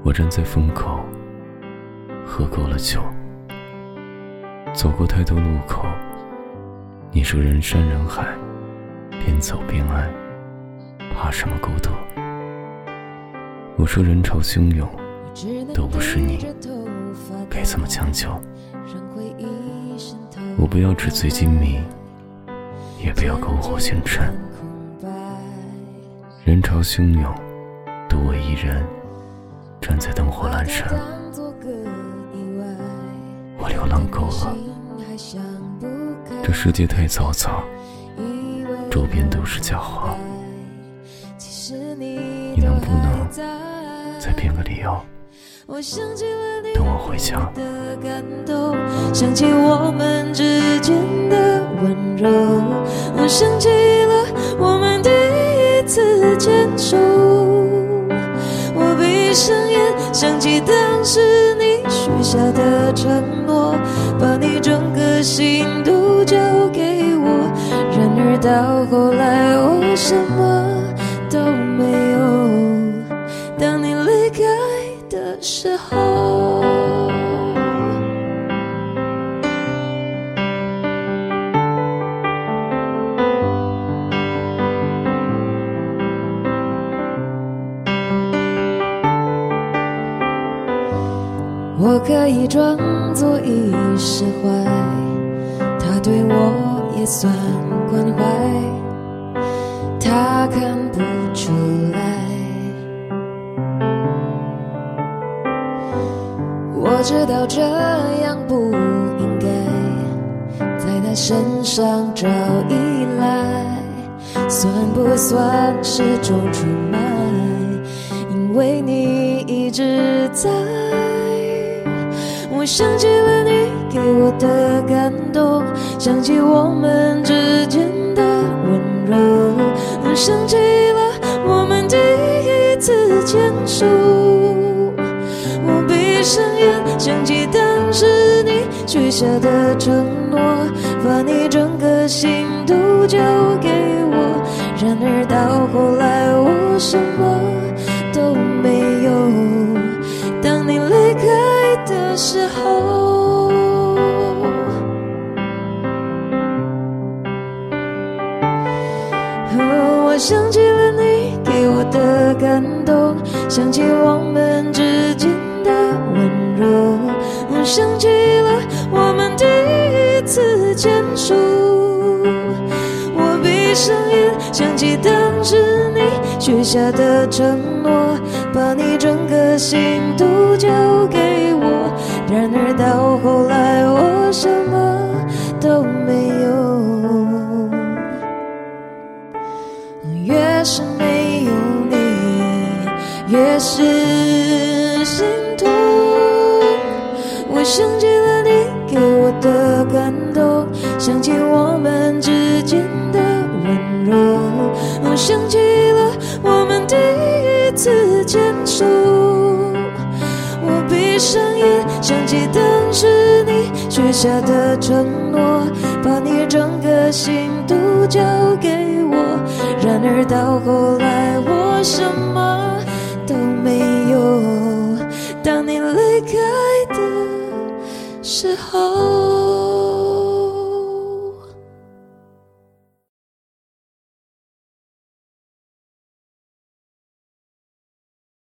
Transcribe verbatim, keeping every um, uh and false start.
我站在风口，喝够了酒，走过太多路口。你说人山人海，边走边爱，怕什么孤独？我说人潮汹涌，都不是你，该怎么将就？我不要纸醉金迷，也不要篝火星辰。人潮汹涌，独我一人站在灯火阑珊。我流浪够了，这世界太嘈杂，周边都是假话。你能不能再编个理由，等我回家？ 想起我们之间的温柔，我想起了我们第一次牵手。我闭上眼，想起当时你许下的承诺，把你整个心都交给我。然而到后来，我什么都没有。当你离开的时候，我可以装作已释怀，他对我也算关怀，他看不出来。我知道这样不应该在他身上找依赖，算不算是种出卖？因为你一直在。我想起了你给我的感动，想起我们之间的温柔，我想起了我们第一次牵手。我闭上眼，想起当时你许下的承诺，把你整个心都交给我。然而到后来，我什么都没有。当你离开的时候，我想起了你给我的感动，想起我们之间的温柔，我想起了我们第一次牵手。我闭上眼，想起当时你许下的承诺，把你整个心都交给我。然而到后来，我什么都没有。越是没有你，越是心痛。我想起了你给我的感动，想起我们之间的温柔，我想起了我们第一次牵手。我闭上眼，想起当时你许下的承诺，把你整个心都交给我。然而到后来，我什么都没有。当你离开的时候。